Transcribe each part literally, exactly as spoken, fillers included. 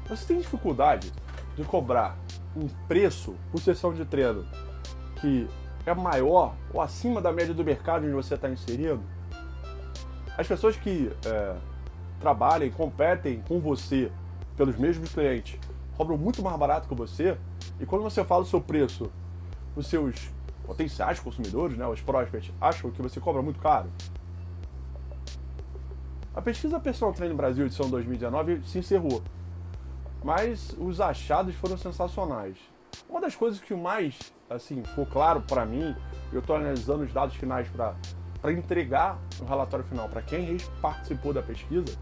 Você tem dificuldade de cobrar um preço por sessão de treino que é maior ou acima da média do mercado onde você está inserido? As pessoas que é, trabalham, competem com você pelos mesmos clientes, cobram muito mais barato que você, e quando você fala o seu preço, os seus potenciais consumidores, né, os prospects, acham que você cobra muito caro. A pesquisa Personal Training Brasil, edição dois mil e dezenove, se encerrou, mas os achados foram sensacionais. Uma das coisas que mais assim, ficou claro para mim, eu estou analisando os dados finais para para entregar o relatório final para quem participou da pesquisa,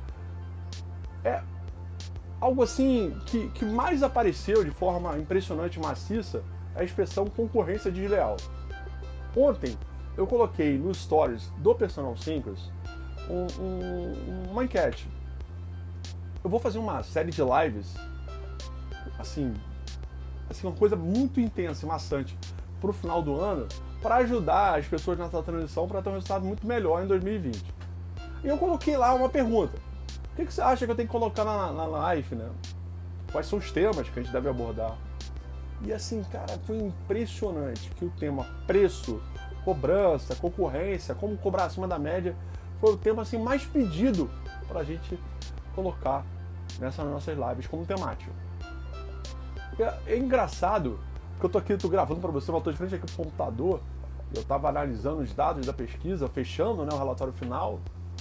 é algo assim que, que mais apareceu de forma impressionante e maciça, é a expressão concorrência desleal. Ontem eu coloquei nos stories do Personal Synchros um, um, uma enquete. Eu vou fazer uma série de lives, assim, assim uma coisa muito intensa e maçante para o final do ano, para ajudar as pessoas nessa transição para ter um resultado muito melhor em dois mil e vinte. E eu coloquei lá uma pergunta. O que, que você acha que eu tenho que colocar na, na live, né? Quais são os temas que a gente deve abordar? E assim, cara, foi impressionante que o tema preço, cobrança, concorrência, como cobrar acima da média, foi o tema assim, mais pedido para a gente colocar nessas nossas lives como temático. É, é engraçado, porque eu tô aqui, eu tô gravando para você, eu tô de frente aqui pro computador, eu estava analisando os dados da pesquisa, fechando, né, o relatório final,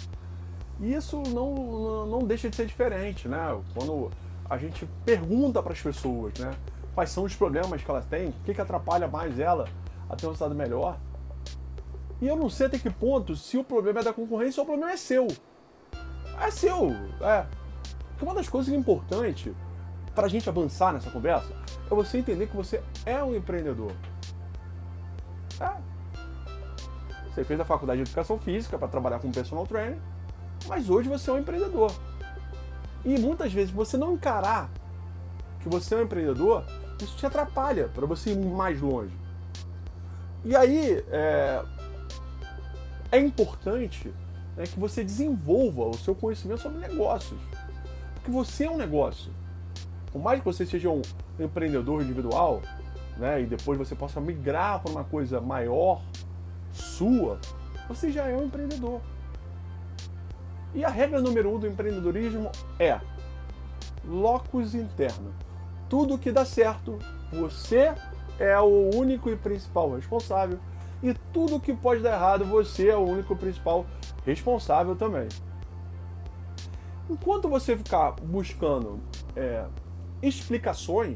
e isso não, não deixa de ser diferente, né? Quando a gente pergunta para as pessoas, né, quais são os problemas que elas têm, o que, que atrapalha mais ela a ter um resultado melhor. E eu não sei até que ponto se o problema é da concorrência ou o problema é seu. É seu, é. Porque uma das coisas importantes para a gente avançar nessa conversa é você entender que você é um empreendedor. É. Você fez a faculdade de educação física para trabalhar como personal trainer, mas hoje você é um empreendedor. E muitas vezes você não encarar que você é um empreendedor, isso te atrapalha para você ir mais longe. E aí é, é importante, né, que você desenvolva o seu conhecimento sobre negócios. Porque você é um negócio. Por mais que você seja um empreendedor individual, né, e depois você possa migrar para uma coisa maior, sua, você já é um empreendedor. E a regra número um do empreendedorismo é locus interno. Tudo que dá certo, você é o único e principal responsável, e tudo que pode dar errado, você é o único e principal responsável também. Enquanto você ficar buscando é, explicações,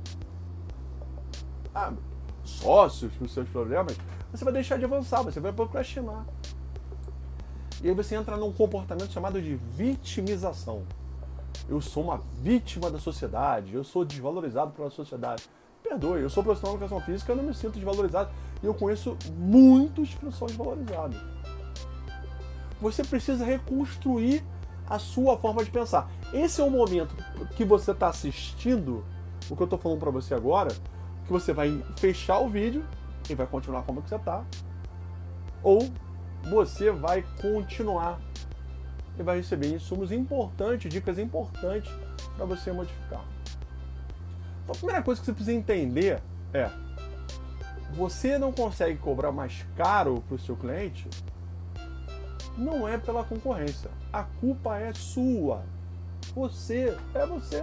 ah, sócios para os seus problemas, você vai deixar de avançar, você vai procrastinar. E aí você entra num comportamento chamado de vitimização. Eu sou uma vítima da sociedade, eu sou desvalorizado pela sociedade. Perdoe, eu sou profissional de educação física, eu não me sinto desvalorizado. E eu conheço muitos que não são desvalorizados. Você precisa reconstruir a sua forma de pensar. Esse é o momento que você está assistindo, o que eu estou falando para você agora, que você vai fechar o vídeo e vai continuar como você está, ou você vai continuar e vai receber insumos importantes, dicas importantes para você modificar. Então, a primeira coisa que você precisa entender é: você não consegue cobrar mais caro para o seu cliente, não é pela concorrência. A culpa é sua. Você, é você.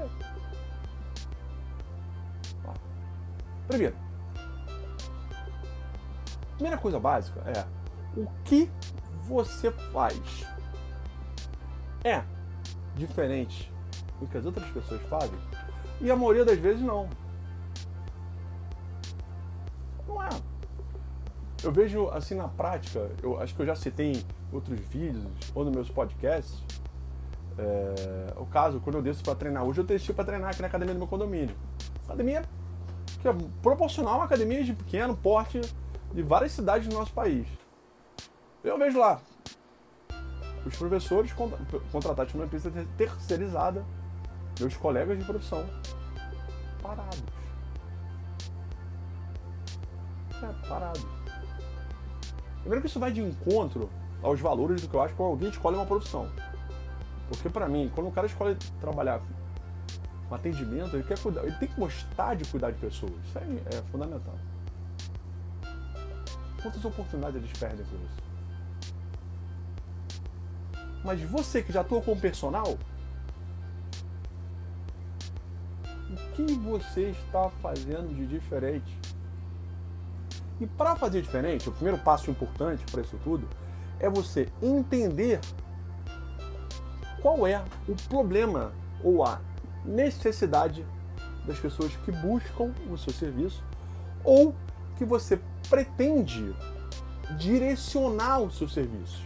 Primeiro, primeira coisa básica é: o que você faz é diferente do que as outras pessoas fazem? E a maioria das vezes não. Não é. Eu vejo assim na prática, eu acho que eu já citei em outros vídeos ou nos meus podcasts, é, o caso, quando eu desço para treinar, hoje eu desci para treinar aqui na academia do meu condomínio. Academia que é proporcional a uma academia de pequeno porte de várias cidades do nosso país. Eu vejo lá os professores contratados por uma empresa terceirizada, meus colegas de profissão, parados. É, parados. Primeiro que isso vai de encontro aos valores do que eu acho quando alguém escolhe uma profissão. Porque pra mim, quando o cara escolhe trabalhar um atendimento, ele quer cuidar, ele tem que gostar de cuidar de pessoas. Isso aí é fundamental. Quantas oportunidades eles perdem por isso? Mas você que já atua como personal, o que você está fazendo de diferente? E para fazer diferente, o primeiro passo importante para isso tudo é você entender qual é o problema ou a necessidade das pessoas que buscam o seu serviço ou que você pretende direcionar o seu serviço.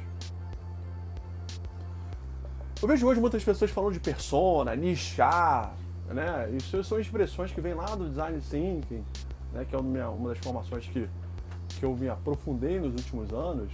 Eu vejo hoje muitas pessoas falando de persona, nichar, né? Isso são expressões que vêm lá do Design Thinking, né? Que é uma das formações que, que eu me aprofundei nos últimos anos.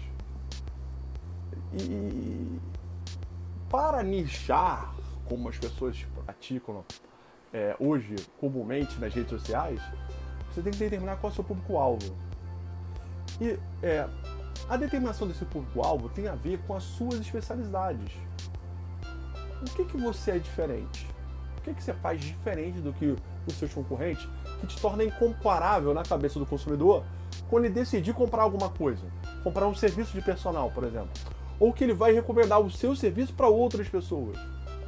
E para nichar, como as pessoas praticam é, hoje comumente nas redes sociais, você tem que determinar qual é o seu público-alvo. E é, a determinação desse público-alvo tem a ver com as suas especialidades. O que, que você é diferente? O que, que você faz diferente do que os seus concorrentes que te torna incomparável na cabeça do consumidor quando ele decidir comprar alguma coisa? Comprar um serviço de personal, por exemplo. Ou que ele vai recomendar o seu serviço para outras pessoas.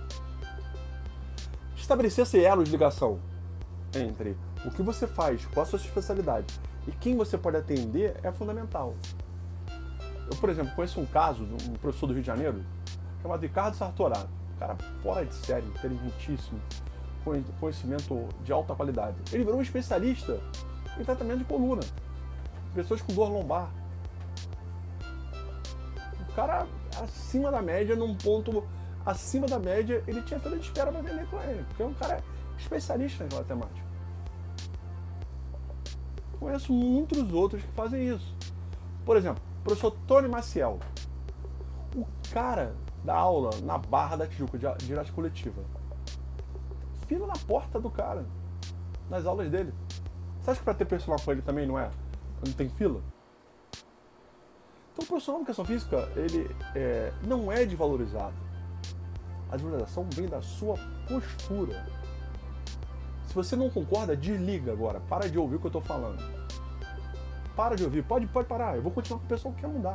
Estabelecer esse elo de ligação entre o que você faz, qual a sua especialidade e quem você pode atender é fundamental. Eu, por exemplo, conheço um caso de um professor do Rio de Janeiro chamado Ricardo Sartorá. Um cara fora de série, inteligentíssimo, com conhecimento de alta qualidade. Ele virou um especialista em tratamento de coluna. Pessoas com dor lombar. O cara acima da média, num ponto acima da média, ele tinha fila de espera para atender com ele, porque é um cara especialista naquela temática. Conheço muitos outros que fazem isso. Por exemplo, o professor Tony Maciel. O cara dá aula na Barra da Tijuca, de didática coletiva. Fila na porta do cara, nas aulas dele. Você acha que para ter personal com ele também não é? Não tem fila? Então o profissional de educação física, ele é, não é desvalorizado. A desvalorização vem da sua postura. Se você não concorda, desliga agora. Para de ouvir o que eu estou falando. Para de ouvir. Pode, pode parar. Eu vou continuar com o pessoal que quer mudar.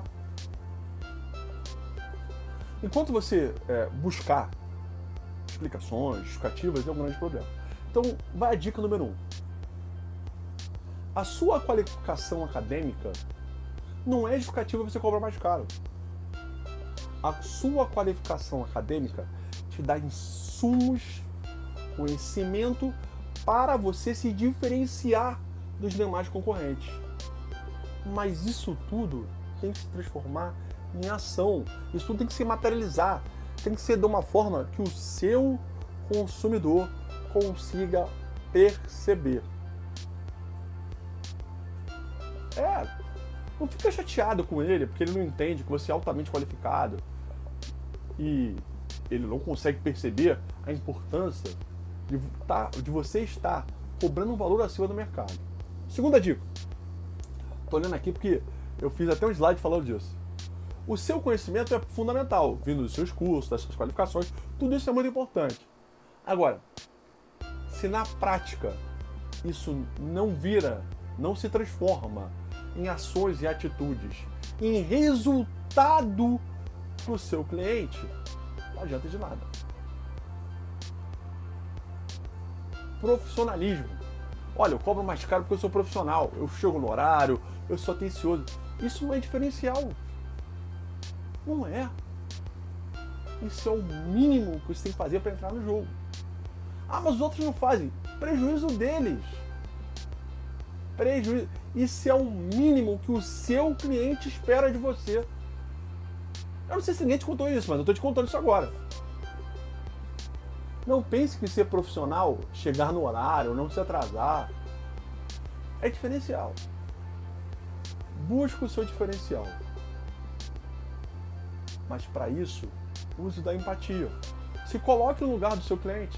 Enquanto você é, buscar explicações, justificativas, é um grande problema. Então, vai a dica número um. A sua qualificação acadêmica não é justificativa para você cobrar mais caro. A sua qualificação acadêmica te dá insumos, conhecimento para você se diferenciar dos demais concorrentes. Mas isso tudo tem que se transformar em ação. Isso tudo tem que se materializar. Tem que ser de uma forma que o seu consumidor consiga perceber. É, não fica chateado com ele, porque ele não entende que você é altamente qualificado e ele não consegue perceber a importância de, tá, de você estar cobrando um valor acima do mercado. Segunda dica. Estou olhando aqui porque eu fiz até um slide falando disso. O seu conhecimento é fundamental, vindo dos seus cursos, das suas qualificações, tudo isso é muito importante. Agora, se na prática isso não vira, não se transforma em ações e atitudes, em resultado para o seu cliente, não adianta de nada. Profissionalismo. Olha, eu cobro mais caro porque eu sou profissional, eu chego no horário, eu sou atencioso. Isso não é diferencial. Não é. Isso é o mínimo que você tem que fazer para entrar no jogo. Ah, mas os outros não fazem. Prejuízo deles. Prejuízo. Isso é o mínimo que o seu cliente espera de você. Eu não sei se ninguém te contou isso, mas eu estou te contando isso agora. Não pense que ser profissional, chegar no horário, não se atrasar, é diferencial. Busque o seu diferencial. Mas para isso, use da empatia. Se coloque no lugar do seu cliente.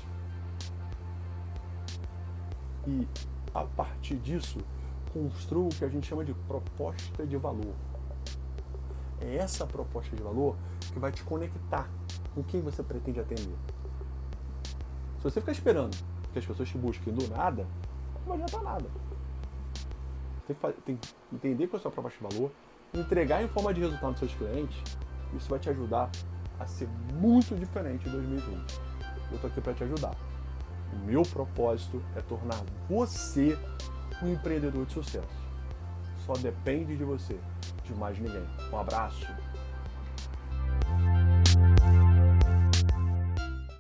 E, a partir disso, construa o que a gente chama de proposta de valor. É essa proposta de valor que vai te conectar com quem você pretende atender. Se você ficar esperando que as pessoas te busquem do nada, não vai adiantar nada. Tem que, fazer, tem que entender qual é a sua proposta de valor, entregar em forma de resultado dos seus clientes. Isso vai te ajudar a ser muito diferente em dois mil e vinte. Eu tô aqui para te ajudar. O meu propósito é tornar você um empreendedor de sucesso. Só depende de você, de mais ninguém. Um abraço.